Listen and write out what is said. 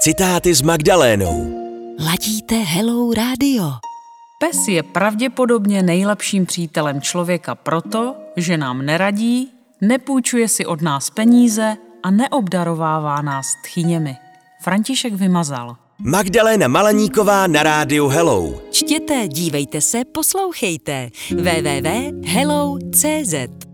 Citáty s Magdalénou. Ladíte Hello Radio. Pes je pravděpodobně nejlepším přítelem člověka proto, že nám neradí, nepůjčuje si od nás peníze a neobdarovává nás tchyněmi. František Vymazal. Magdaléna Malaníková na rádiu Hello. Čtěte, dívejte se, poslouchejte. www.hello.cz